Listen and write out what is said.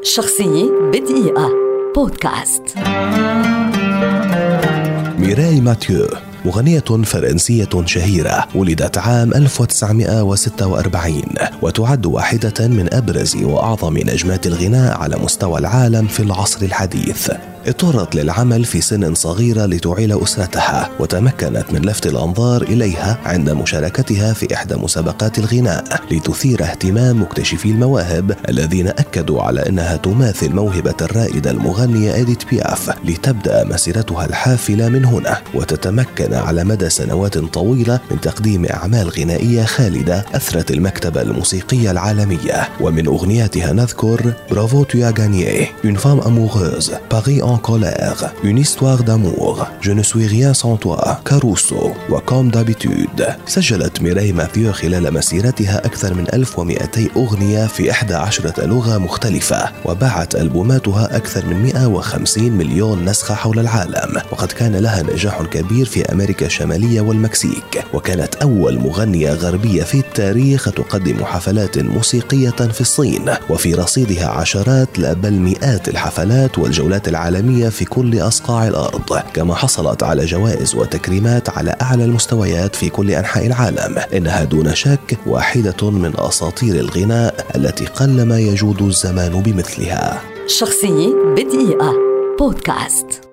شخصية بدقيقة بودكاست. ميراي ماتيو مغنية فرنسية شهيرة، ولدت عام 1946 وتعد واحدة من أبرز وأعظم نجمات الغناء على مستوى العالم في العصر الحديث. اضطرت للعمل في سن صغيرة لتعيل أسرتها، وتمكنت من لفت الأنظار إليها عند مشاركتها في إحدى مسابقات الغناء لتثير اهتمام مكتشفي المواهب الذين أكدوا على أنها تماثل موهبة الرائدة المغنية إديث بياف، لتبدأ مسيرتها الحافلة من هنا وتتمكن على مدى سنوات طويلة من تقديم أعمال غنائية خالدة أثرت المكتبة الموسيقية العالمية. ومن أغنياتها نذكر برافو tu as gagné, une femme amoureuse, Paris en colère, une histoire d'amour, je ne suis rien sans toi, Caruso وكوم d'habitude. سجلت ميراي ماثيو خلال مسيرتها أكثر من 1200 أغنية في 11 لغة مختلفة، وباعت ألبوماتها أكثر من 150 مليون نسخة حول العالم. وقد كان لها نجاح كبير في أمريكا الشمالية والمكسيك، وكانت أول مغنية غربية في التاريخ تقدم حفلات موسيقية في الصين، وفي رصيدها عشرات لا بل مئات الحفلات والجولات العالمية في كل أصقاع الأرض، كما حصلت على جوائز وتكريمات على أعلى المستويات في كل أنحاء العالم. إنها دون شك واحدة من أساطير الغناء التي قلما يجود الزمان بمثلها. شخصية بدقيقة بودكاست.